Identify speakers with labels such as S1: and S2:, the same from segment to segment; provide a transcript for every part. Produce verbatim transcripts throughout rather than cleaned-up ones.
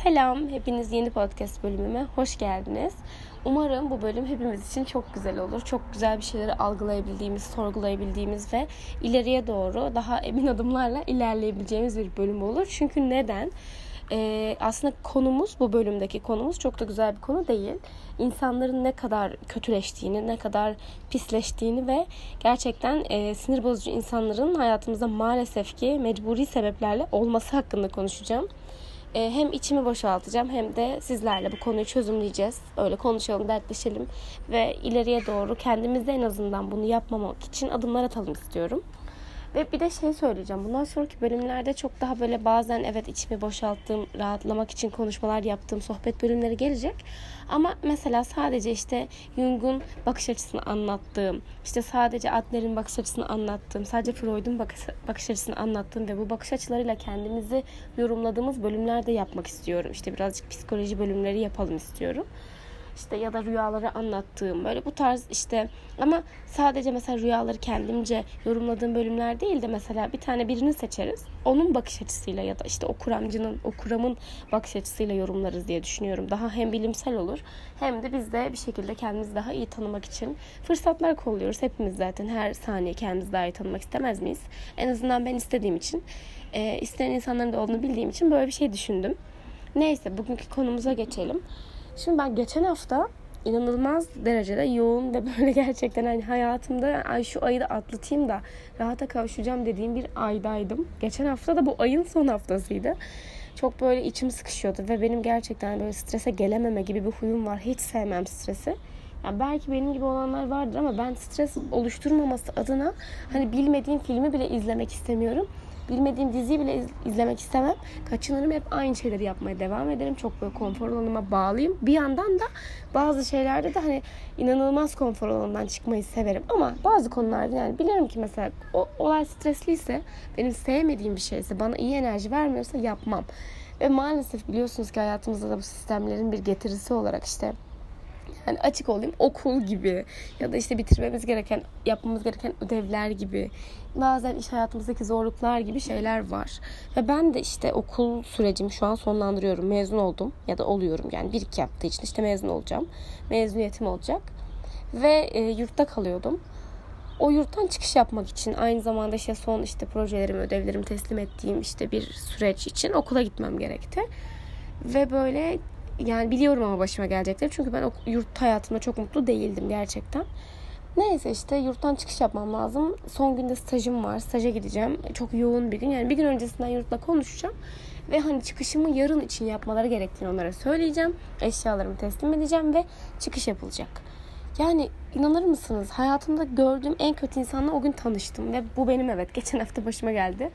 S1: Selam, hepiniz yeni podcast bölümüme hoş geldiniz. Umarım bu bölüm hepimiz için çok güzel olur. Çok güzel bir şeyleri algılayabildiğimiz, sorgulayabildiğimiz ve ileriye doğru daha emin adımlarla ilerleyebileceğimiz bir bölüm olur. Çünkü neden? Ee, aslında konumuz, bu bölümdeki konumuz çok da güzel bir konu değil. İnsanların ne kadar kötüleştiğini, ne kadar pisleştiğini ve gerçekten e, sinir bozucu insanların hayatımızda maalesef ki mecburi sebeplerle olması hakkında konuşacağım. Hem içimi boşaltacağım hem de sizlerle bu konuyu çözümleyeceğiz. Öyle konuşalım, dertleşelim ve ileriye doğru kendimizde en azından bunu yapmamak için adımlar atalım istiyorum. Ve bir de şey söyleyeceğim. Bundan sonraki bölümlerde çok daha böyle bazen evet içimi boşalttığım, rahatlamak için konuşmalar yaptığım sohbet bölümleri gelecek. Ama mesela sadece işte Jung'un bakış açısını anlattığım, işte sadece Adler'in bakış açısını anlattığım, sadece Freud'un bakış açısını anlattığım ve bu bakış açılarıyla kendimizi yorumladığımız bölümlerde yapmak istiyorum. İşte birazcık psikoloji bölümleri yapalım istiyorum. İşte ya da rüyaları anlattığım böyle bu tarz işte ama sadece mesela rüyaları kendimce yorumladığım bölümler değil de mesela bir tane birini seçeriz. Onun bakış açısıyla ya da işte o kuramcının, o kuramın bakış açısıyla yorumlarız diye düşünüyorum. Daha hem bilimsel olur hem de biz de bir şekilde kendimizi daha iyi tanımak için fırsatlar kolluyoruz. Hepimiz zaten her saniye kendimizi daha iyi tanımak istemez miyiz? En azından ben istediğim için, e, isteyen insanların da olduğunu bildiğim için böyle bir şey düşündüm. Neyse bugünkü konumuza geçelim. Şimdi ben geçen hafta inanılmaz derecede yoğun ve böyle gerçekten hani hayatımda ay şu ayı da atlatayım da rahata kavuşacağım dediğim bir aydaydım. Geçen hafta da bu ayın son haftasıydı. Çok böyle içim sıkışıyordu ve benim gerçekten böyle strese gelememe gibi bir huyum var. Hiç sevmem stresi. Yani belki benim gibi olanlar vardır ama ben stres oluşturmaması adına hani bilmediğim filmi bile izlemek istemiyorum. Bilmediğim diziyi bile iz- izlemek istemem. Kaçınırım, hep aynı şeyleri yapmaya devam ederim. Çok böyle konfor alanıma bağlıyım. Bir yandan da bazı şeylerde de hani inanılmaz konfor alanından çıkmayı severim. Ama bazı konularda yani bilirim ki mesela o olay stresliyse, benim sevmediğim bir şeyse, bana iyi enerji vermiyorsa yapmam. Ve maalesef biliyorsunuz ki hayatımızda da bu sistemlerin bir getirisi olarak işte yani açık olayım, okul gibi ya da işte bitirmemiz gereken, yapmamız gereken ödevler gibi, bazen iş hayatımızdaki zorluklar gibi şeyler var. Ve ben de işte okul sürecimi şu an sonlandırıyorum. Mezun oldum ya da oluyorum yani bir iki hafta için işte mezun olacağım. Mezuniyetim olacak. Ve e, yurtta kalıyordum. O yurttan çıkış yapmak için aynı zamanda işte son işte projelerimi, ödevlerimi teslim ettiğim işte bir süreç için okula gitmem gerekti. Ve böyle yani biliyorum ama başıma gelecekleri. Çünkü ben o yurt hayatımda çok mutlu değildim gerçekten. Neyse işte yurttan çıkış yapmam lazım. Son günde stajım var. Staja gideceğim. Çok yoğun bir gün. Yani bir gün öncesinden yurtla konuşacağım. Ve hani çıkışımı yarın için yapmaları gerektiğini onlara söyleyeceğim. Eşyalarımı teslim edeceğim ve çıkış yapılacak. Yani inanır mısınız? Hayatımda gördüğüm en kötü insanla o gün tanıştım. Ve bu benim evet geçen hafta başıma geldi.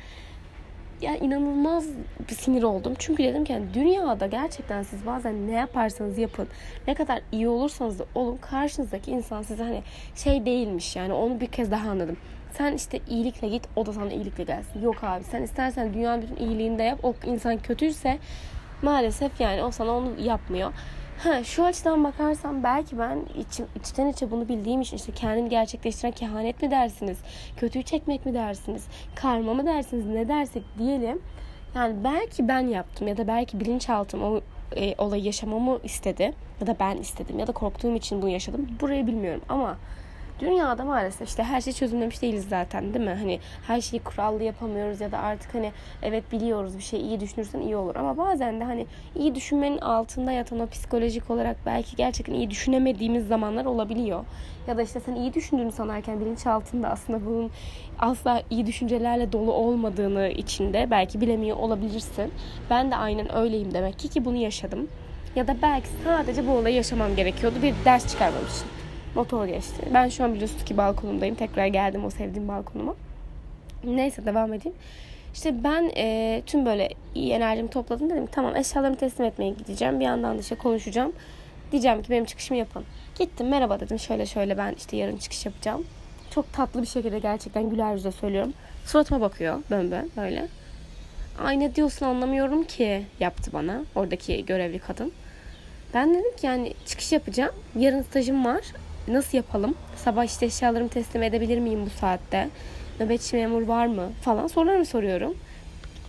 S1: Ya inanılmaz bir sinir oldum. Çünkü dedim ki yani dünyada gerçekten siz bazen ne yaparsanız yapın, ne kadar iyi olursanız da olun, karşınızdaki insan size hani şey değilmiş yani, onu bir kez daha anladım. Sen işte iyilikle git, o da sana iyilikle gelsin. Yok abi, sen istersen dünyanın bütün iyiliğini de yap. O insan kötüyse maalesef yani o sana onu yapmıyor. Ha, şu açıdan bakarsam belki ben içim, içten içe bunu bildiğim için işte kendimi gerçekleştiren kehanet mi dersiniz, kötüyü çekmek mi dersiniz, karma mı dersiniz, ne dersek diyelim. Yani belki ben yaptım ya da belki bilinçaltım o e, olayı yaşamamı istedi ya da ben istedim ya da korktuğum için bunu yaşadım. Burayı bilmiyorum ama dünyada maalesef işte her şeyi çözümlemiş değiliz zaten, değil mi? Hani her şeyi kurallı yapamıyoruz ya da artık hani evet biliyoruz bir şey iyi düşünürsen iyi olur. Ama bazen de hani iyi düşünmenin altında yatan o psikolojik olarak belki gerçekten iyi düşünemediğimiz zamanlar olabiliyor. Ya da işte sen iyi düşündüğünü sanarken bilinçaltında aslında bunun asla iyi düşüncelerle dolu olmadığını içinde belki bilemiyor olabilirsin. Ben de aynen öyleyim demek ki ki bunu yaşadım. Ya da belki sadece bu olayı yaşamam gerekiyordu, bir ders çıkarmam için. Motor geçti. Ben şu an biliyorsunuz ki balkonumdayım. Tekrar geldim o sevdiğim balkonuma. Neyse devam edeyim. İşte ben e, tüm böyle iyi enerjimi topladım. Dedim tamam, eşyalarımı teslim etmeye gideceğim. Bir yandan da işte konuşacağım. Diyeceğim ki benim çıkışımı yapın. Gittim, merhaba dedim. Şöyle şöyle ben işte yarın çıkış yapacağım. Çok tatlı bir şekilde gerçekten güler yüzle söylüyorum. Suratıma bakıyor bön bön böyle. Ay ne diyorsun anlamıyorum ki yaptı bana oradaki görevli kadın. Ben dedim ki yani çıkış yapacağım. Yarın stajım var. Nasıl yapalım? Sabah işte eşyalarımı teslim edebilir miyim bu saatte? Nöbetçi memur var mı? Falan sorularımı soruyorum.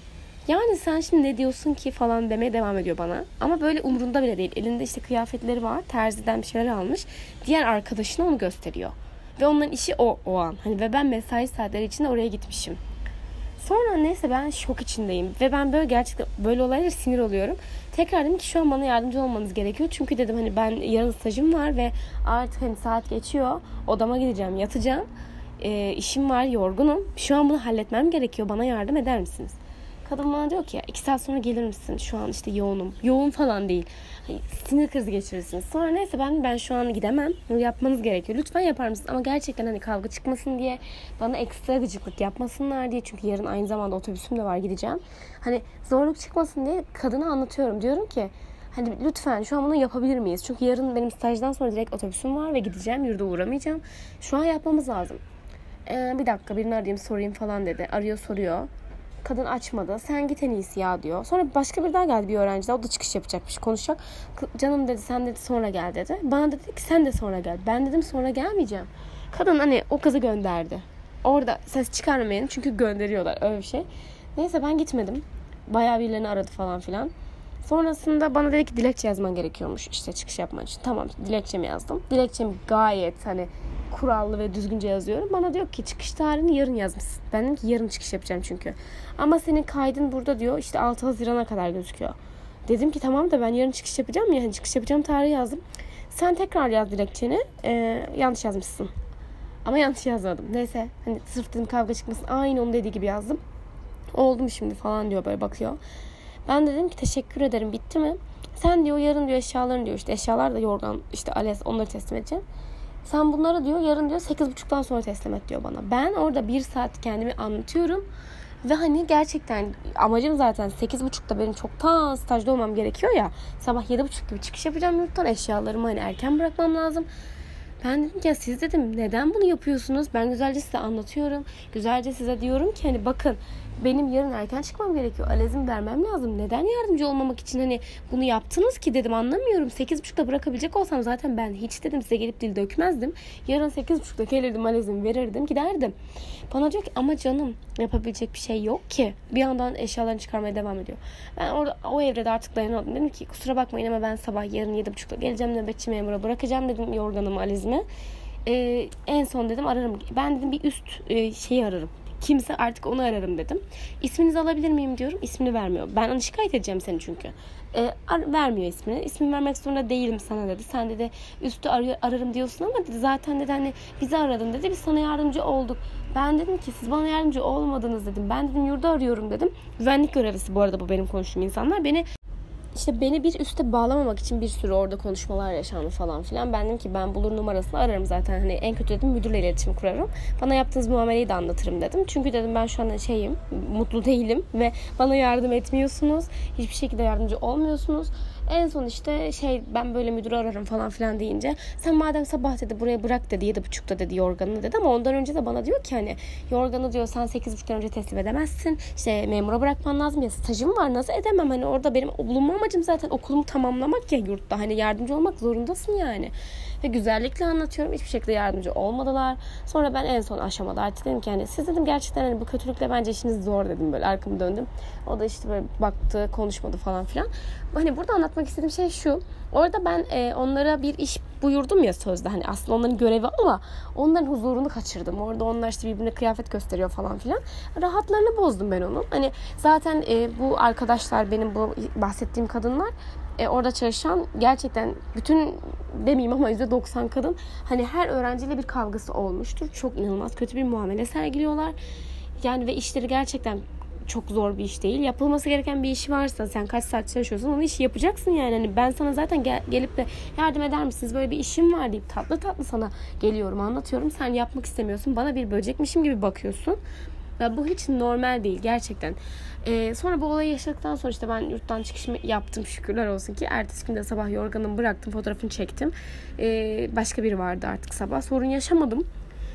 S1: Yani sen şimdi ne diyorsun ki falan demeye devam ediyor bana. Ama böyle umurunda bile değil. Elinde işte kıyafetleri var. Terziden bir şeyler almış. Diğer arkadaşına onu gösteriyor. Ve onların işi o o an. Hani ve ben mesai saatleri içinde oraya gitmişim. Sonra neyse ben şok içindeyim. Ve ben böyle gerçekten böyle olaylara sinir oluyorum. Tekrar dedim ki şu an bana yardımcı olmanız gerekiyor. Çünkü dedim hani ben yarın stajım var ve artık hani saat geçiyor. Odama gideceğim, yatacağım. E, işim var, yorgunum. Şu an bunu halletmem gerekiyor. Bana yardım eder misiniz? Kadın bana diyor ki iki saat sonra gelir misin? Şu an işte yoğunum. Yoğun falan değil. Hani sinir krizi geçirirsiniz. Sonra neyse ben ben şu an gidemem. Bunu yapmanız gerekiyor. Lütfen yapar mısınız? Ama gerçekten hani kavga çıkmasın diye, bana ekstra gıcıklık yapmasınlar diye. Çünkü yarın aynı zamanda otobüsüm de var, gideceğim. Hani zorluk çıkmasın diye kadına anlatıyorum. Diyorum ki hani lütfen şu an bunu yapabilir miyiz? Çünkü yarın benim stajdan sonra direkt otobüsüm var ve gideceğim. Yurda uğramayacağım. Şu an yapmamız lazım. Ee, bir dakika birini arayayım sorayım falan dedi. Arıyor soruyor. Kadın açmadı. Sen git en iyisi ya diyor. Sonra başka bir daha geldi, bir öğrenci daha. O da çıkış yapacakmış, konuşacak. Canım dedi sen dedi sonra gel dedi. Bana dedi ki sen de sonra gel. Ben dedim sonra gelmeyeceğim. Kadın hani o kızı gönderdi. Orada ses çıkarmayın çünkü gönderiyorlar öyle bir şey. Neyse ben gitmedim. Bayağı birilerini aradı falan filan. Sonrasında bana dedi ki dilekçe yazman gerekiyormuş işte çıkış yapman için. Tamam, dilekçemi yazdım. Dilekçemi gayet hani kurallı ve düzgünce yazıyorum. Bana diyor ki çıkış tarihini yarın yazmışsın. Ben dedim ki yarın çıkış yapacağım çünkü. Ama senin kaydın burada diyor işte altı Haziran'a kadar gözüküyor. Dedim ki tamam da ben yarın çıkış yapacağım ya. Hani çıkış yapacağım tarihi yazdım. Sen tekrar yaz dilekçeni. Ee, yanlış yazmışsın. Ama yanlış yazmadım. Neyse hani sırf dedim kavga çıkmasın. Aynı onun dediği gibi yazdım. Oldu mu şimdi falan diyor, böyle bakıyor. Ben dedim ki teşekkür ederim, bitti mi? Sen diyor yarın diyor eşyalarını diyor işte eşyalar da yorgan işte ales onları teslim edeceğim. Sen bunları diyor yarın diyor sekiz buçuktan sonra teslim et diyor bana. Ben orada bir saat kendimi anlatıyorum. Ve hani gerçekten amacım zaten sekiz buçukta benim çoktan stajda olmam gerekiyor ya. Sabah yedi buçuk gibi çıkış yapacağım yurttan. Eşyalarımı hani erken bırakmam lazım. Ben dedim ki ya siz dedim neden bunu yapıyorsunuz? Ben güzelce size anlatıyorum. Güzelce size diyorum ki hani bakın benim yarın erken çıkmam gerekiyor. Alezim vermem lazım. Neden yardımcı olmamak için hani bunu yaptınız ki dedim, anlamıyorum. sekiz buçukta bırakabilecek olsam zaten ben hiç dedim size gelip dil dökmezdim. Yarın sekiz buçukta gelirdim, alezim verirdim, giderdim. Bana diyor ki ama canım yapabilecek bir şey yok ki. Bir yandan eşyalarını çıkarmaya devam ediyor. Ben orada o evrede artık dayanamadım. Dedim ki kusura bakmayın ama ben sabah yarın yedi buçukta geleceğim, nöbetçi memura bırakacağım dedim yorganımı, alezimi. Ee, en son dedim ararım. Ben dedim bir üst e, şeyi ararım. Kimse artık onu ararım dedim. İsminizi alabilir miyim diyorum. İsmini vermiyor. Ben onu şikayet edeceğim seni çünkü. E, ar- vermiyor ismini. İsmini vermek zorunda değilim sana dedi. Sen dedi üstü ar- ararım diyorsun ama dedi zaten dedi hani bizi aradın dedi. Biz sana yardımcı olduk. Ben dedim ki siz bana yardımcı olmadınız dedim. Ben dedim yurda arıyorum dedim. Güvenlik görevlisi bu arada bu benim konuştuğum insanlar. Beni İşte beni bir üste bağlamamak için bir sürü orada konuşmalar yaşandı falan filan. Ben dedim ki ben bulur numarasını ararım zaten. Hani en kötü dedim müdürle iletişim kurarım. Bana yaptığınız muameleyi de anlatırım dedim. Çünkü dedim ben şu anda şeyim, mutlu değilim ve bana yardım etmiyorsunuz. Hiçbir şekilde yardımcı olmuyorsunuz. En son işte şey ben böyle müdürü ararım falan filan deyince sen madem sabah dedi buraya bırak dedi yedi buçukta dedi yorganını dedi ama ondan önce de bana diyor ki hani yorganı diyor sen sekiz buçuktan önce teslim edemezsin. İşte memura bırakman lazım ya, stajım var nasıl edemem, hani orada benim bulunma amacım zaten okulumu tamamlamak ya yurtta, hani yardımcı olmak zorundasın yani. Ve güzellikle anlatıyorum, hiçbir şekilde yardımcı olmadılar. Sonra ben en son aşamada artık dedim ki hani siz dedim gerçekten hani bu kötülükle bence işiniz zor dedim, böyle arkamı döndüm. O da işte böyle baktı, konuşmadı falan filan. Hani burada anlatmak istediğim şey şu. Orada ben e, onlara bir iş buyurdum ya sözde, hani aslında onların görevi ama onların huzurunu kaçırdım. Orada onlar işte birbirine kıyafet gösteriyor falan filan. Rahatlarını bozdum ben onun. Hani zaten e, bu arkadaşlar benim bu bahsettiğim kadınlar e, orada çalışan gerçekten bütün demeyeyim ama yüzde doksan kadın, hani her öğrenciyle bir kavgası olmuştur. Çok inanılmaz kötü bir muamele sergiliyorlar. Yani ve işleri gerçekten çok zor bir iş değil. Yapılması gereken bir iş varsa sen kaç saat çalışıyorsun onu işi yapacaksın yani. Hani ben sana zaten gel, gelip de yardım eder misiniz böyle bir işim var deyip tatlı tatlı sana geliyorum anlatıyorum. Sen yapmak istemiyorsun. Bana bir böcekmişim gibi bakıyorsun. Ya bu hiç normal değil gerçekten. Ee, sonra bu olayı yaşadıktan sonra işte ben yurttan çıkışımı yaptım şükürler olsun ki. Ertesi günde sabah yorganımı bıraktım, fotoğrafını çektim. Ee, başka biri vardı artık sabah. Sorun yaşamadım.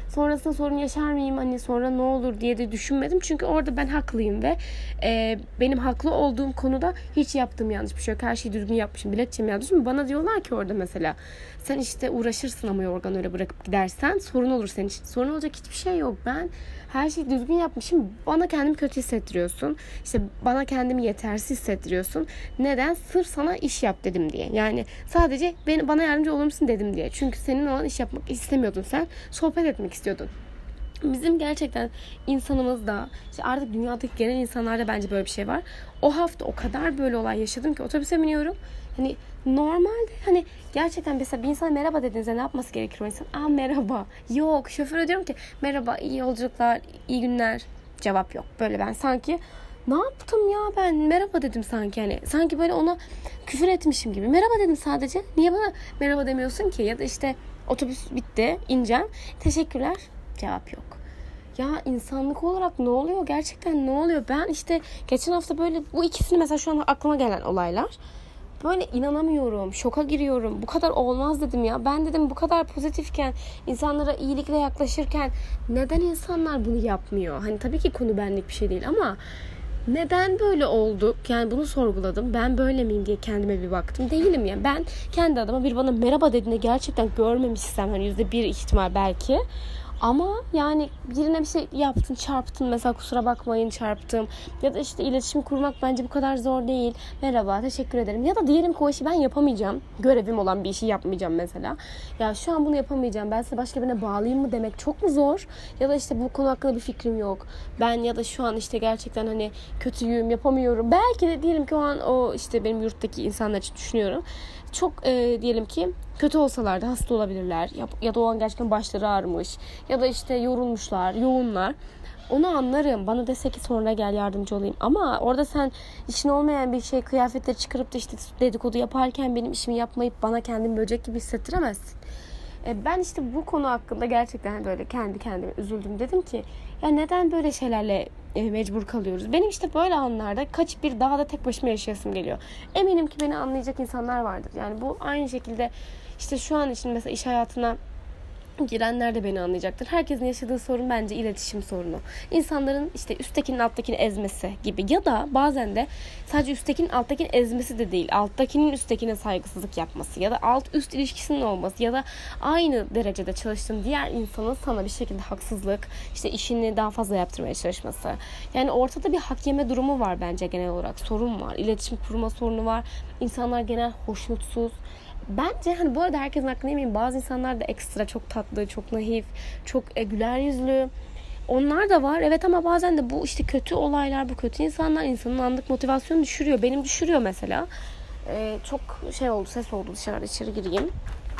S1: sonrasında sorun yaşar mıyım, hani sonra ne olur diye de düşünmedim. Çünkü orada ben haklıyım ve e, benim haklı olduğum konuda hiç yaptığım yanlış bir şey yok. Her şeyi düzgün yapmışım, dilekçemi yazmışım. Bana diyorlar ki orada mesela, sen işte uğraşırsın ama yorganı öyle bırakıp gidersen sorun olur senin için. Sorun olacak hiçbir şey yok. Ben her şeyi düzgün yapmışım. Bana kendimi kötü hissettiriyorsun. İşte bana kendimi yetersiz hissettiriyorsun. Neden? Sırf sana iş yap dedim diye. Yani sadece beni, bana yardımcı olur musun dedim diye. Çünkü senin olan iş yapmak istemiyordun sen. Sohbet etmek istiyordun. Bizim gerçekten insanımızda, işte artık dünyadaki genel insanlarda bence böyle bir şey var. O hafta o kadar böyle olay yaşadım ki otobüse biniyorum. Hani normalde hani gerçekten mesela bir insana merhaba dediğinizde ne yapması gerekir o insan? Aa merhaba. Yok, şoföre diyorum ki merhaba, iyi yolculuklar, iyi günler. Cevap yok. Böyle ben sanki ne yaptım ya, ben merhaba dedim sanki, hani sanki böyle ona küfür etmişim gibi. Merhaba dedim sadece. Niye bana merhaba demiyorsun ki? Ya da işte otobüs bitti, ineceğim. Teşekkürler. Cevap yok. Ya insanlık olarak ne oluyor? Gerçekten ne oluyor? Ben işte geçen hafta böyle bu ikisini mesela şu an aklıma gelen olaylar. Böyle inanamıyorum. Şoka giriyorum. Bu kadar olmaz dedim ya. Ben dedim bu kadar pozitifken, insanlara iyilikle yaklaşırken neden insanlar bunu yapmıyor? Hani tabii ki konu benlik bir şey değil ama neden böyle olduk? Yani bunu sorguladım. Ben böyle miyim diye kendime bir baktım. Değilim ya. Ben kendi adıma bir bana merhaba dediğinde gerçekten görmemişsem, hani yüzde bir ihtimal belki. Ama yani birine bir şey yaptın, çarptın mesela, kusura bakmayın çarptım. Ya da işte iletişim kurmak bence bu kadar zor değil. Merhaba, teşekkür ederim. Ya da diyelim ki o işi ben yapamayacağım. Görevim olan bir işi yapmayacağım mesela. Ya şu an bunu yapamayacağım. Ben size başka birine bağlayayım mı demek çok mu zor? Ya da işte bu konu hakkında bir fikrim yok. Ben ya da şu an işte gerçekten hani kötüyüm, yapamıyorum. Belki de diyelim ki o an o işte benim yurttaki insanlar için düşünüyorum. Çok e, diyelim ki kötü olsalar da hasta olabilirler. Ya, ya da o an gerçekten başları ağrımış. Ya da işte yorulmuşlar, yoğunlar. Onu anlarım. Bana dese ki sonra gel yardımcı olayım. Ama orada sen işin olmayan bir şey, kıyafetleri çıkarıp da işte dedikodu yaparken benim işimi yapmayıp bana kendimi böcek gibi hissettiremezsin. E, ben işte bu konu hakkında gerçekten böyle kendi kendime üzüldüm. Dedim ki ya neden böyle şeylerle e, mecbur kalıyoruz? Benim işte böyle anlarda kaçıp bir dağda tek başıma yaşayasım geliyor. Eminim ki beni anlayacak insanlar vardır. Yani bu aynı şekilde işte şu an için mesela iş hayatına girenler de beni anlayacaktır. Herkesin yaşadığı sorun bence iletişim sorunu. İnsanların işte üsttekinin alttakini ezmesi gibi, ya da bazen de sadece üsttekinin alttakini ezmesi de değil, alttakinin üsttekine saygısızlık yapması ya da alt üst ilişkisinin olması ya da aynı derecede çalıştığın diğer insanın sana bir şekilde haksızlık, işte işini daha fazla yaptırmaya çalışması. Yani ortada bir hak yeme durumu var bence, genel olarak sorun var. İletişim kurma sorunu var. İnsanlar genel hoşnutsuz. Bence hani bu arada herkesin hakkını yemeyeyim. Bazı insanlar da ekstra çok tatlı, çok naif, çok e, güler yüzlü. Onlar da var. Evet, ama bazen de bu işte kötü olaylar, bu kötü insanlar insanın anlık motivasyonu düşürüyor. Benim düşürüyor mesela. Ee, çok şey oldu, ses oldu, dışarıda içeri gireyim.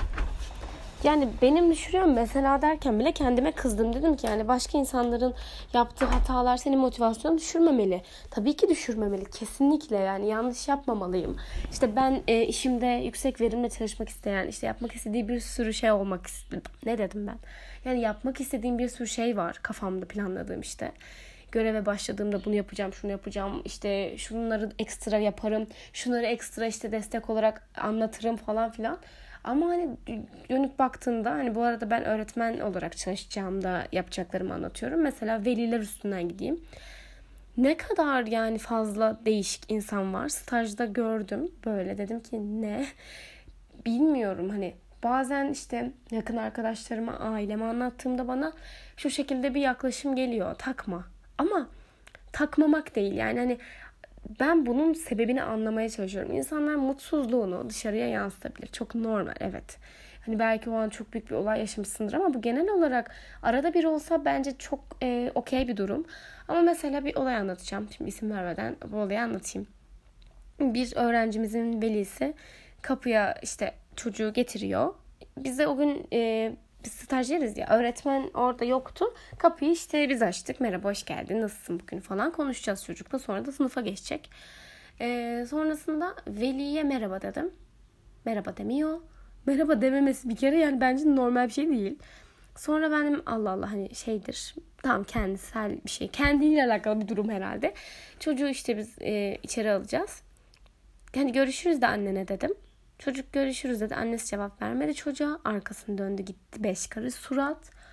S1: Yani benim düşürüyorum mesela derken bile kendime kızdım. Dedim ki yani başka insanların yaptığı hatalar senin motivasyonu düşürmemeli. Tabii ki düşürmemeli. Kesinlikle, yani yanlış yapmamalıyım. İşte ben e, işimde yüksek verimle çalışmak isteyen, işte yapmak istediği bir sürü şey olmak istedim. Ne dedim ben? Yani yapmak istediğim bir sürü şey var kafamda planladığım işte. Göreve başladığımda bunu yapacağım, şunu yapacağım, işte şunları ekstra yaparım, şunları ekstra işte destek olarak anlatırım falan filan. Ama hani dönüp baktığında, hani bu arada ben öğretmen olarak çalışacağımda yapacaklarımı anlatıyorum. Mesela veliler üstünden gideyim. Ne kadar yani fazla değişik insan var. Stajda gördüm böyle, dedim ki ne? Bilmiyorum, hani bazen işte yakın arkadaşlarıma, aileme anlattığımda bana şu şekilde bir yaklaşım geliyor. Takma. Ama takmamak değil yani, hani ben bunun sebebini anlamaya çalışıyorum. İnsanlar mutsuzluğunu dışarıya yansıtabilir. Çok normal, evet. Hani belki o an çok büyük bir olay yaşamışsındır ama bu genel olarak arada bir olsa bence çok e, okey bir durum. Ama mesela bir olay anlatacağım. Şimdi isim vermeden bu olayı anlatayım. Bir öğrencimizin velisi kapıya işte çocuğu getiriyor. Biz de o gün e, biz stajyeriz ya, öğretmen orada yoktu. Kapıyı işte biz açtık. Merhaba, hoş geldin, nasılsın bugün falan konuşacağız çocukla. Sonra da sınıfa geçecek. E, sonrasında veliye merhaba dedim. Merhaba demiyor. Merhaba dememesi bir kere yani bence normal bir şey değil. Sonra benim Allah Allah hani şeydir. Tamam, kendisel bir şey. Kendiyle alakalı bir durum herhalde. Çocuğu işte biz e, içeri alacağız. Yani görüşürüz de annene dedim. Çocuk görüşürüz dedi. Annesi cevap vermedi çocuğa. Arkasını döndü gitti. Beş karış surat.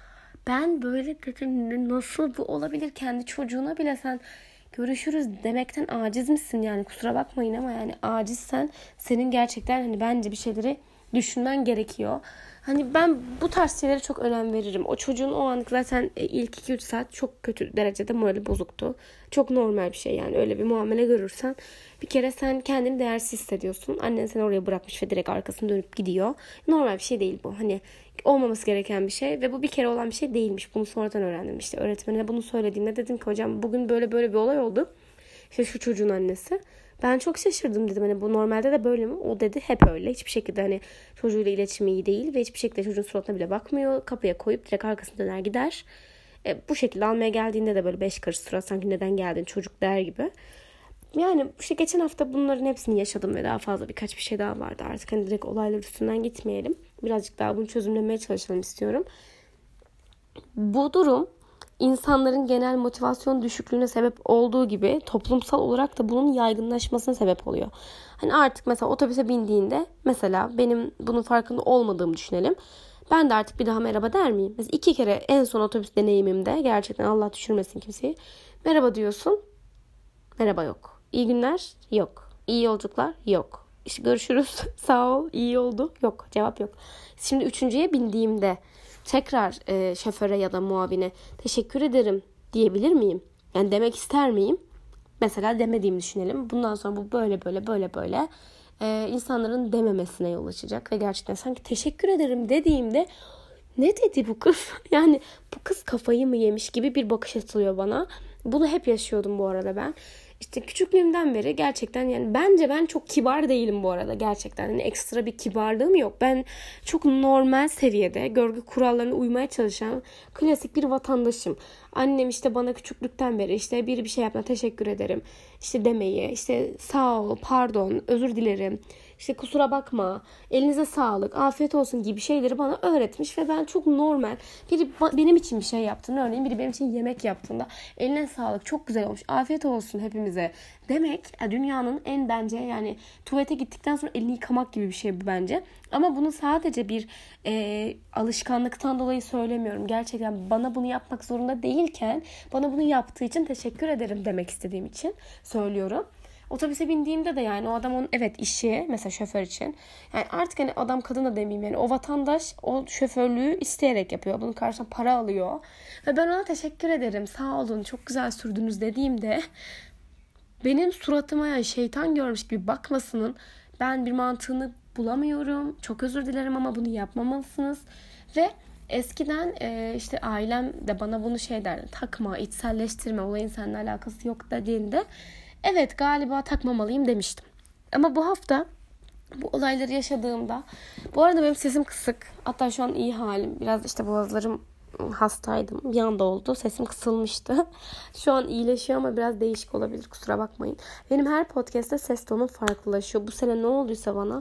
S1: Ben böyle dedim, nasıl bu olabilir, kendi çocuğuna bile sen görüşürüz demekten aciz misin? Yani kusura bakmayın ama yani acizsen senin gerçekten hani bence bir şeyleri düşünmen gerekiyor. Hani ben bu tarz şeylere çok önem veririm. O çocuğun o anlık zaten ilk iki üç saat çok kötü derecede morali bozuktu. Çok normal bir şey yani, öyle bir muamele görürsen bir kere sen kendini değersiz hissediyorsun. Annen seni oraya bırakmış ve direkt arkasını dönüp gidiyor. Normal bir şey değil bu. Hani olmaması gereken bir şey ve bu bir kere olan bir şey değilmiş. Bunu sonradan öğrendim işte. Öğretmenine bunu söylediğimde dedim ki hocam bugün böyle böyle bir olay oldu. İşte şu çocuğun annesi. Ben çok şaşırdım dedim. Hani bu normalde de böyle mi? O dedi hep öyle. Hiçbir şekilde hani çocuğuyla iletişimi iyi değil ve hiçbir şekilde çocuğun suratına bile bakmıyor. Kapıya koyup direkt arkasını döner gider. E, bu şekilde almaya geldiğinde de böyle beş karış surat, sanki neden geldin çocuk der gibi. Yani işte geçen hafta bunların hepsini yaşadım ve daha fazla birkaç bir şey daha vardı. Artık hani direkt olaylar üstünden gitmeyelim. Birazcık daha bunu çözümlemeye çalışalım istiyorum. Bu durum insanların genel motivasyon düşüklüğüne sebep olduğu gibi toplumsal olarak da bunun yaygınlaşmasına sebep oluyor. Hani artık mesela otobüse bindiğinde, mesela benim bunun farkında olmadığımı düşünelim. Ben de artık bir daha merhaba der miyim? Mesela iki kere en son otobüs deneyimimde, gerçekten Allah düşürmesin kimseyi, merhaba diyorsun. Merhaba yok. İyi günler yok. İyi yolculuklar yok. İşte görüşürüz. Sağ ol. İyi oldu. Yok. Cevap yok. Şimdi üçüncüye bindiğimde tekrar e, şoföre ya da muavine teşekkür ederim diyebilir miyim? Yani demek ister miyim? Mesela demediğimi düşünelim. Bundan sonra bu böyle böyle böyle böyle e, insanların dememesine yol açacak ve gerçekten sanki teşekkür ederim dediğimde ne dedi bu kız? Yani bu kız kafayı mı yemiş gibi bir bakış atılıyor bana. Bunu hep yaşıyordum bu arada ben. İşte küçüklüğümden beri gerçekten, yani bence ben çok kibar değilim bu arada gerçekten. Yani ekstra bir kibarlığım yok. Ben çok normal seviyede görgü kurallarına uymaya çalışan klasik bir vatandaşım. Annem işte bana küçüklükten beri işte biri bir şey yapma teşekkür ederim işte demeyi, işte sağ ol, pardon, özür dilerim, işte kusura bakma, elinize sağlık, afiyet olsun gibi şeyleri bana öğretmiş ve ben çok normal, biri benim için bir şey yaptığında, örneğin biri benim için yemek yaptığında eline sağlık, çok güzel olmuş, afiyet olsun hepimize demek dünyanın en, bence yani tuvalete gittikten sonra elini yıkamak gibi bir şey bu bence. Ama bunu sadece bir e, alışkanlıktan dolayı söylemiyorum. Gerçekten bana bunu yapmak zorunda değilken bana bunu yaptığı için teşekkür ederim demek istediğim için söylüyorum. Otobüse bindiğimde de yani o adam onun evet işi, mesela şoför için. Yani artık hani adam kadın da demeyeyim, yani o vatandaş o şoförlüğü isteyerek yapıyor. Bunun karşılığında para alıyor. Ve ben ona teşekkür ederim, sağ olun, çok güzel sürdünüz dediğimde benim suratıma yani şeytan görmüş gibi bakmasının ben bir mantığını bulamıyorum. Çok özür dilerim ama bunu yapmamalısınız. Ve eskiden e, işte ailem de bana bunu şey derdi. Takma, içselleştirme, olayın seninle alakası yok dediğinde evet galiba takmamalıyım demiştim. Ama bu hafta bu olayları yaşadığımda, bu arada benim sesim kısık. Hatta şu an iyi halim. Biraz işte boğazlarım, hastaydım. Bir anda oldu. Sesim kısılmıştı. Şu an iyileşiyor ama biraz değişik olabilir. Kusura bakmayın. Benim her podcast'te ses tonum farklılaşıyor. Bu sene ne olduysa bana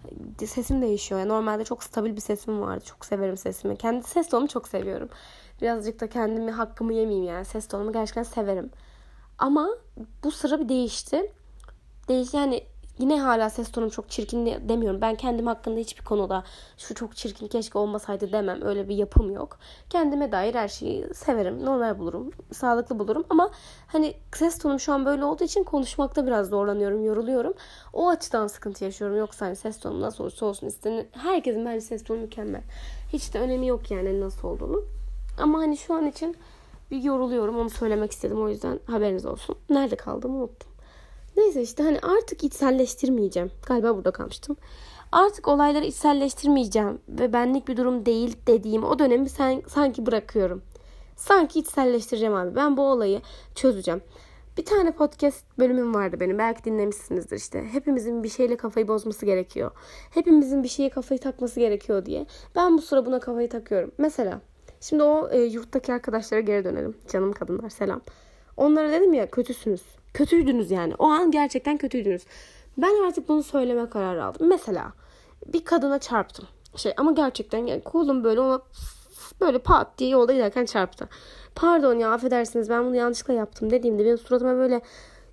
S1: sesim değişiyor. Yani normalde çok stabil bir sesim vardı. Çok severim sesimi. Kendi ses tonumu çok seviyorum. Birazcık da kendimi, hakkımı yemeyeyim yani. Ses tonumu gerçekten severim. Ama bu sıra bir değişti. Değiş yani yine hala ses tonum çok çirkin demiyorum. Ben kendim hakkında hiçbir konuda şu çok çirkin keşke olmasaydı demem. Öyle bir yapım yok. Kendime dair her şeyi severim. Normal bulurum. Sağlıklı bulurum. Ama hani ses tonum şu an böyle olduğu için konuşmakta biraz zorlanıyorum. Yoruluyorum. O açıdan sıkıntı yaşıyorum. Yoksa hani ses tonum nasıl olursa olsun istenir. Herkesin bence ses tonu mükemmel. Hiç de önemi yok yani nasıl olduğunu. Ama hani şu an için bir yoruluyorum. Onu söylemek istedim. O yüzden haberiniz olsun. Nerede kaldım unuttum. Neyse işte hani artık içselleştirmeyeceğim. Galiba burada kalmıştım. Artık olayları içselleştirmeyeceğim ve benlik bir durum değil dediğim o dönemi sen, sanki bırakıyorum. Sanki içselleştireceğim abi. Ben bu olayı çözeceğim. Bir tane podcast bölümüm vardı benim. Belki dinlemişsinizdir işte. Hepimizin bir şeyle kafayı bozması gerekiyor. Hepimizin bir şeye kafayı takması gerekiyor diye. Ben bu sıra buna kafayı takıyorum. Mesela şimdi o e, yurttaki arkadaşlara geri dönelim. Canım kadınlar, selam. Onlara dedim ya kötüsünüz. Kötüydünüz yani. O an gerçekten kötüydünüz. Ben artık bunu söyleme kararı aldım. Mesela bir kadına çarptım. Şey ama gerçekten yani kolum böyle ona böyle pat diye yolda giderken çarptı. Pardon ya affedersiniz ben bunu yanlışlıkla yaptım dediğimde benim suratıma böyle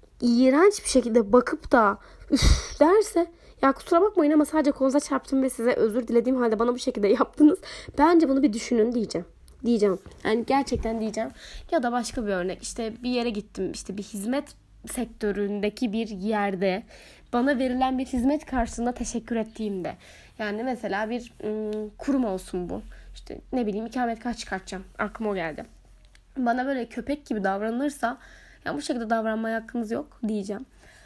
S1: iğrenç bir şekilde bakıp da üf derse ya kusura bakmayın ama sadece kolunuza çarptım ve size özür dilediğim halde bana bu şekilde yaptınız. Bence bunu bir düşünün diyeceğim. diyeceğim. Yani gerçekten diyeceğim. Ya da başka bir örnek. İşte bir yere gittim. İşte bir hizmet sektöründeki bir yerde bana verilen bir hizmet karşılığında teşekkür ettiğimde. Yani mesela bir ım, kurum olsun bu. İşte ne bileyim ikametgah çıkartacağım. Aklıma o geldi. Bana böyle köpek gibi davranılırsa ya bu şekilde davranmaya hakkınız yok diyeceğim.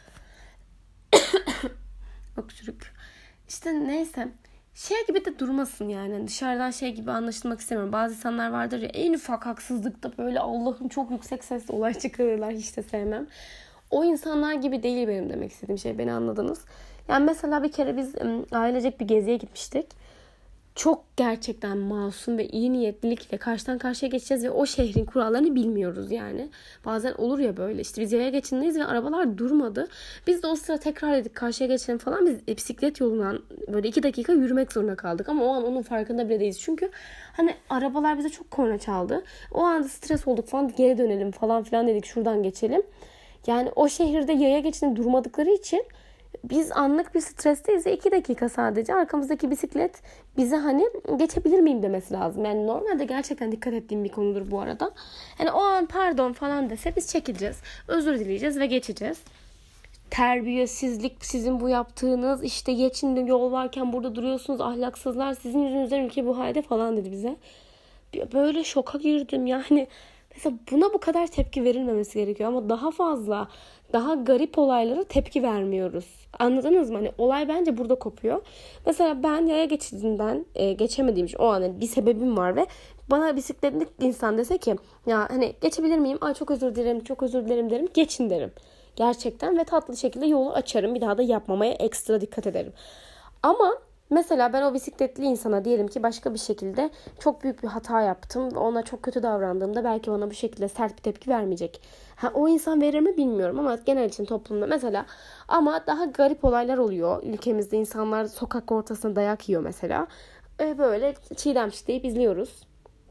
S1: Öksürük. İşte neyse. Şey gibi de durmasın yani. Dışarıdan şey gibi anlaşılmak istemiyorum. Bazı insanlar vardır ya en ufak haksızlıkta böyle Allah'ım çok yüksek sesle olay çıkarırlar. Hiç de sevmem. O insanlar gibi değil benim demek istediğim şey. Beni anladınız. Yani mesela bir kere biz ailecek bir geziye gitmiştik. Çok gerçekten masum ve iyi niyetlilikle karşıdan karşıya geçeceğiz ve o şehrin kurallarını bilmiyoruz yani. Bazen olur ya böyle işte biz yaya geçindeyiz ve arabalar durmadı. Biz de o sıra tekrar dedik karşıya geçelim falan. Biz bisiklet yolundan böyle iki dakika yürümek zorunda kaldık ama o an onun farkında bile değiliz. Çünkü hani arabalar bize çok korna çaldı. O anda stres olduk falan, geri dönelim falan filan dedik, şuradan geçelim. Yani o şehirde yaya geçinde durmadıkları için biz anlık bir stresteyiz ve iki dakika sadece arkamızdaki bisiklet bize hani geçebilir miyim demesi lazım. Yani normalde gerçekten dikkat ettiğim bir konudur bu arada. Yani o an pardon falan dese biz çekileceğiz. Özür dileyeceğiz ve geçeceğiz. Terbiyesizlik sizin bu yaptığınız, işte geçin yol varken burada duruyorsunuz, ahlaksızlar, sizin yüzünüzden ülke bu halde falan dedi bize. Böyle şoka girdim yani. Mesela buna bu kadar tepki verilmemesi gerekiyor ama daha fazla, daha garip olaylara tepki vermiyoruz. Anladınız mı? Hani olay bence burada kopuyor. Mesela ben yaya geçidinden e, geçemediğim için o an yani bir sebebim var ve bana bisikletli insan dese ki ya hani geçebilir miyim? Ay çok özür dilerim, çok özür dilerim derim. Geçin derim. Gerçekten ve tatlı şekilde yolu açarım. Bir daha da yapmamaya ekstra dikkat ederim. Ama mesela ben o bisikletli insana diyelim ki başka bir şekilde çok büyük bir hata yaptım ve ona çok kötü davrandığımda belki bana bu şekilde sert bir tepki vermeyecek. Ha, o insan verir mi bilmiyorum ama genel için toplumda mesela ama daha garip olaylar oluyor. Ülkemizde insanlar sokak ortasına dayak yiyor mesela. E böyle çiğdem deyip izliyoruz.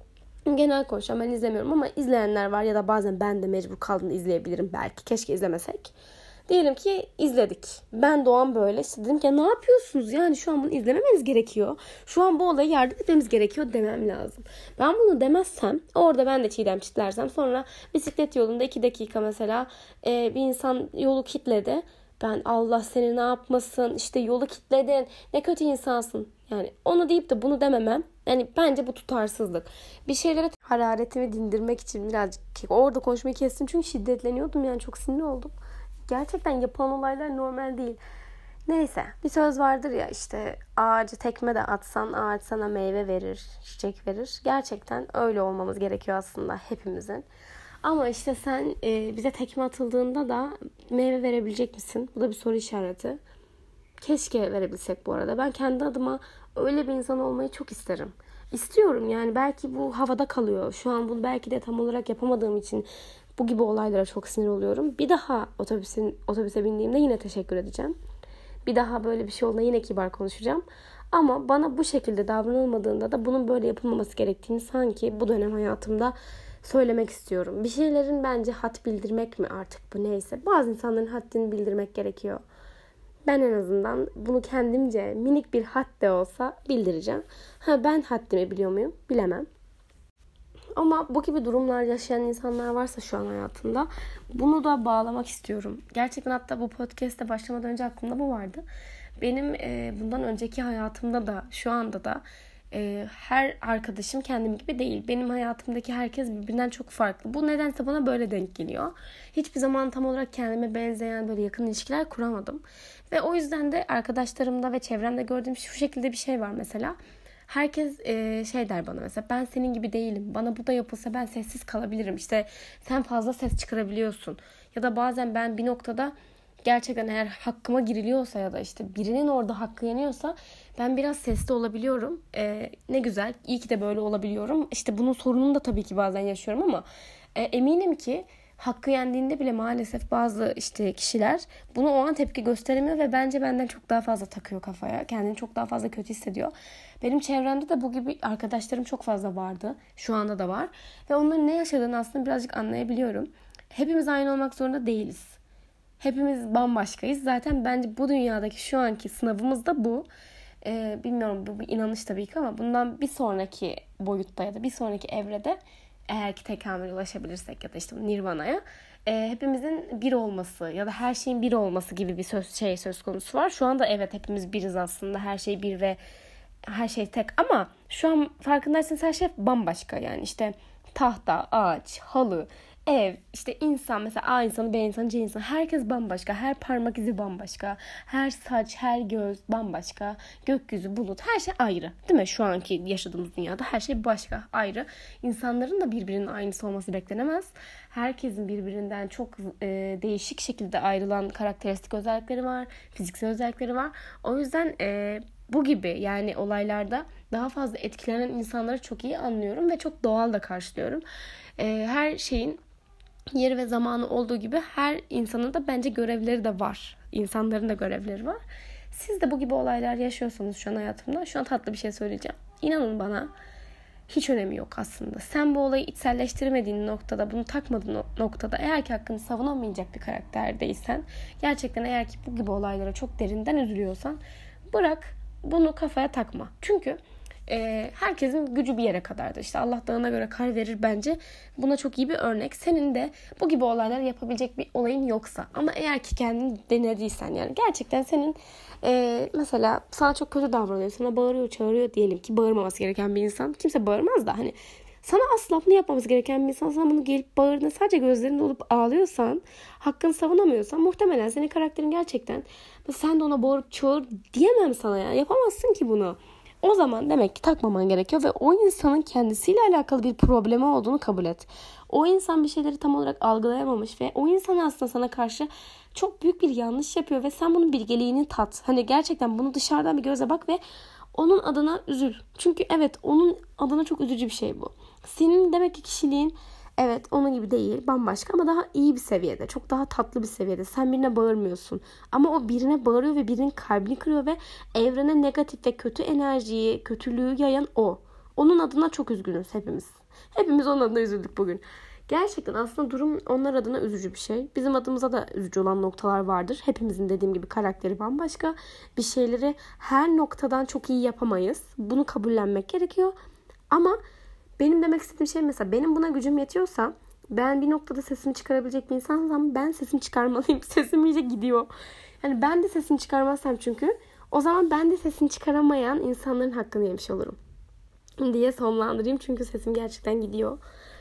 S1: Genel konuşacağım, ben izlemiyorum ama izleyenler var ya da bazen ben de mecbur kaldım izleyebilirim belki. Keşke izlemesek. Diyelim ki izledik. Ben Doğan böyle işte dedim ki ne yapıyorsunuz? Yani şu an bunu izlememeniz gerekiyor. Şu an bu olayı yardım etmemiz gerekiyor demem lazım. Ben bunu demezsem orada ben de çiğdem çitlersem sonra bisiklet yolunda iki dakika mesela e, bir insan yolu kilitledi. Ben Allah seni ne yapmasın işte yolu kilitledin ne kötü insansın. Yani onu deyip de bunu dememem. Yani bence bu tutarsızlık. Bir şeylere hararetimi dindirmek için birazcık orada konuşmayı kestim. Çünkü şiddetleniyordum yani çok sinirli oldum. Gerçekten yapılan olaylar normal değil. Neyse bir söz vardır ya işte ağacı tekme de atsan ağaç sana meyve verir, çiçek verir. Gerçekten öyle olmamız gerekiyor aslında hepimizin. Ama işte sen e, bize tekme atıldığında da meyve verebilecek misin? Bu da bir soru işareti. Keşke verebilsek bu arada. Ben kendi adıma öyle bir insan olmayı çok isterim. İstiyorum yani belki bu havada kalıyor. Şu an bunu belki de tam olarak yapamadığım için bu gibi olaylara çok sinir oluyorum. Bir daha otobüsün, otobüse bindiğimde yine teşekkür edeceğim. Bir daha böyle bir şey olduğunda yine kibar konuşacağım. Ama bana bu şekilde davranılmadığında da bunun böyle yapılmaması gerektiğini sanki bu dönem hayatımda söylemek istiyorum. Bir şeylerin bence had bildirmek mi artık bu neyse. Bazı insanların haddini bildirmek gerekiyor. Ben en azından bunu kendimce minik bir had de olsa bildireceğim. Ha ben haddimi biliyor muyum? Bilemem. Ama bu gibi durumlar yaşayan insanlar varsa şu an hayatımda bunu da bağlamak istiyorum. Gerçekten hatta bu podcast'te başlamadan önce aklımda bu vardı. Benim e, bundan önceki hayatımda da şu anda da e, her arkadaşım kendim gibi değil. Benim hayatımdaki herkes birbirinden çok farklı. Bu nedense bana böyle denk geliyor. Hiçbir zaman tam olarak kendime benzeyen böyle yakın ilişkiler kuramadım. Ve o yüzden de arkadaşlarımda ve çevremde gördüğüm şu şekilde bir şey var mesela. Herkes e, şey der bana mesela ben senin gibi değilim. Bana bu da yapılsa ben sessiz kalabilirim. İşte sen fazla ses çıkarabiliyorsun. Ya da bazen ben bir noktada gerçekten eğer hakkıma giriliyorsa ya da işte birinin orada hakkı yeniyorsa ben biraz sesli olabiliyorum. E, ne güzel. İyi ki de böyle olabiliyorum. İşte bunun sorununu da tabii ki bazen yaşıyorum ama e, eminim ki hakkı yendiğinde bile maalesef bazı işte kişiler bunu o an tepki gösteremiyor ve bence benden çok daha fazla takıyor kafaya. Kendini çok daha fazla kötü hissediyor. Benim çevremde de bu gibi arkadaşlarım çok fazla vardı. Şu anda da var. Ve onların ne yaşadığını aslında birazcık anlayabiliyorum. Hepimiz aynı olmak zorunda değiliz. Hepimiz bambaşkayız. Zaten bence bu dünyadaki şu anki sınavımız da bu. e, bilmiyorum bu bir inanış tabii ki ama bundan bir sonraki boyutta ya da bir sonraki evrede eğer ki tekamüle ulaşabilirsek ya da işte Nirvana'ya e, hepimizin bir olması ya da her şeyin bir olması gibi bir söz şey söz konusu var. Şu anda evet hepimiz biriz aslında. Her şey bir ve her şey tek ama şu an farkındaysanız her şey bambaşka yani işte tahta, ağaç, halı, ev, işte insan mesela A insanı, B insanı, C insanı herkes bambaşka. Her parmak izi bambaşka. Her saç, her göz bambaşka. Gökyüzü, bulut her şey ayrı. Değil mi? Şu anki yaşadığımız dünyada her şey başka, ayrı. İnsanların da birbirinin aynısı olması beklenemez. Herkesin birbirinden çok e, değişik şekilde ayrılan karakteristik özellikleri var. Fiziksel özellikleri var. O yüzden e, bu gibi yani olaylarda daha fazla etkilenen insanları çok iyi anlıyorum ve çok doğal da karşılıyorum. E, her şeyin yeri ve zamanı olduğu gibi her insanın da bence görevleri de var. İnsanların da görevleri var. Siz de bu gibi olaylar yaşıyorsanız şu an hayatımda, şu an tatlı bir şey söyleyeceğim. İnanın bana hiç önemi yok aslında. Sen bu olayı içselleştirmediğin noktada, bunu takmadığın noktada eğer ki hakkını savunamayacak bir karakterdeysen, gerçekten eğer ki bu gibi olaylara çok derinden üzülüyorsan bırak, bunu kafaya takma. Çünkü e, herkesin gücü bir yere kadardır. İşte Allah dağına göre kar verir bence. Buna çok iyi bir örnek. Senin de bu gibi olaylar yapabilecek bir olayın yoksa ama eğer ki kendini denediysen yani gerçekten senin e, mesela sana çok kötü davranıyor, sana bağırıyor, çağırıyor diyelim ki bağırmaması gereken bir insan. Kimse bağırmaz da hani sana asla bunu yapmaması gereken bir insan sana bunu gelip bağırdığında sadece gözlerinde olup ağlıyorsan, hakkını savunamıyorsan muhtemelen senin karakterin gerçekten sen de ona bağırıp çağır diyemem sana ya. Yapamazsın ki bunu. O zaman demek ki takmaman gerekiyor ve o insanın kendisiyle alakalı bir problemi olduğunu kabul et. O insan bir şeyleri tam olarak algılayamamış ve o insan aslında sana karşı çok büyük bir yanlış yapıyor ve sen bunun bilgeliğini tat. Hani gerçekten bunu dışarıdan bir göze bak ve onun adına üzül. Çünkü evet onun adına çok üzücü bir şey bu. Senin demek ki kişiliğin evet onun gibi değil, bambaşka ama daha iyi bir seviyede. Çok daha tatlı bir seviyede. Sen birine bağırmıyorsun. Ama o birine bağırıyor ve birinin kalbini kırıyor ve evrene negatif ve kötü enerjiyi, kötülüğü yayan o. Onun adına çok üzgünüz hepimiz. Hepimiz onun adına üzüldük bugün. Gerçekten aslında durum onlar adına üzücü bir şey. Bizim adımıza da üzücü olan noktalar vardır. Hepimizin dediğim gibi karakteri bambaşka. Bir şeyleri her noktadan çok iyi yapamayız. Bunu kabullenmek gerekiyor. Ama benim demek istediğim şey mesela benim buna gücüm yetiyorsa ben bir noktada sesimi çıkarabilecek bir insansam ben sesimi çıkarmalıyım. Sesim iyice gidiyor. Yani ben de sesimi çıkarmazsam çünkü o zaman ben de sesini çıkaramayan insanların hakkını yemiş olurum diye sonlandırayım. Çünkü sesim gerçekten gidiyor.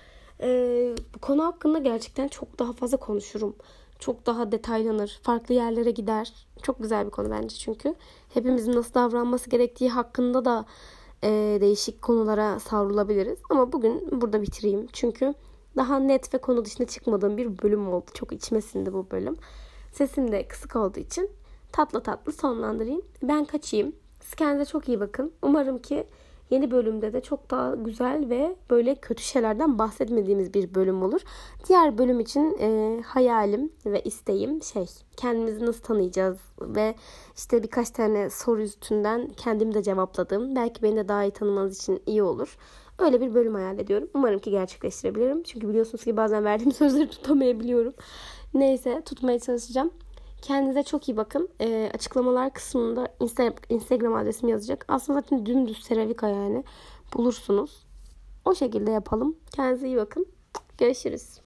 S1: Ee, bu konu hakkında gerçekten çok daha fazla konuşurum. Çok daha detaylanır. Farklı yerlere gider. Çok güzel bir konu bence çünkü. Hepimizin nasıl davranması gerektiği hakkında da e, değişik konulara savrulabiliriz. Ama bugün burada bitireyim. Çünkü daha net ve konu dışına çıkmadığım bir bölüm oldu. Çok içime sindi bu bölüm. Sesim de kısık olduğu için tatlı tatlı sonlandırayım. Ben kaçayım. Siz kendinize çok iyi bakın. Umarım ki yeni bölümde de çok daha güzel ve böyle kötü şeylerden bahsetmediğimiz bir bölüm olur. Diğer bölüm için e, hayalim ve isteğim şey kendimizi nasıl tanıyacağız ve işte birkaç tane soru üstünden kendimi de cevapladım. Belki beni de daha iyi tanımanız için iyi olur. Öyle bir bölüm hayal ediyorum. Umarım ki gerçekleştirebilirim. Çünkü biliyorsunuz ki bazen verdiğim sözleri tutamayabiliyorum. Neyse tutmaya çalışacağım. Kendinize çok iyi bakın. E, açıklamalar kısmında Insta- Instagram adresim yazacak. Aslında zaten dümdüz Seravika yani. Bulursunuz. O şekilde yapalım. Kendinize iyi bakın. Görüşürüz.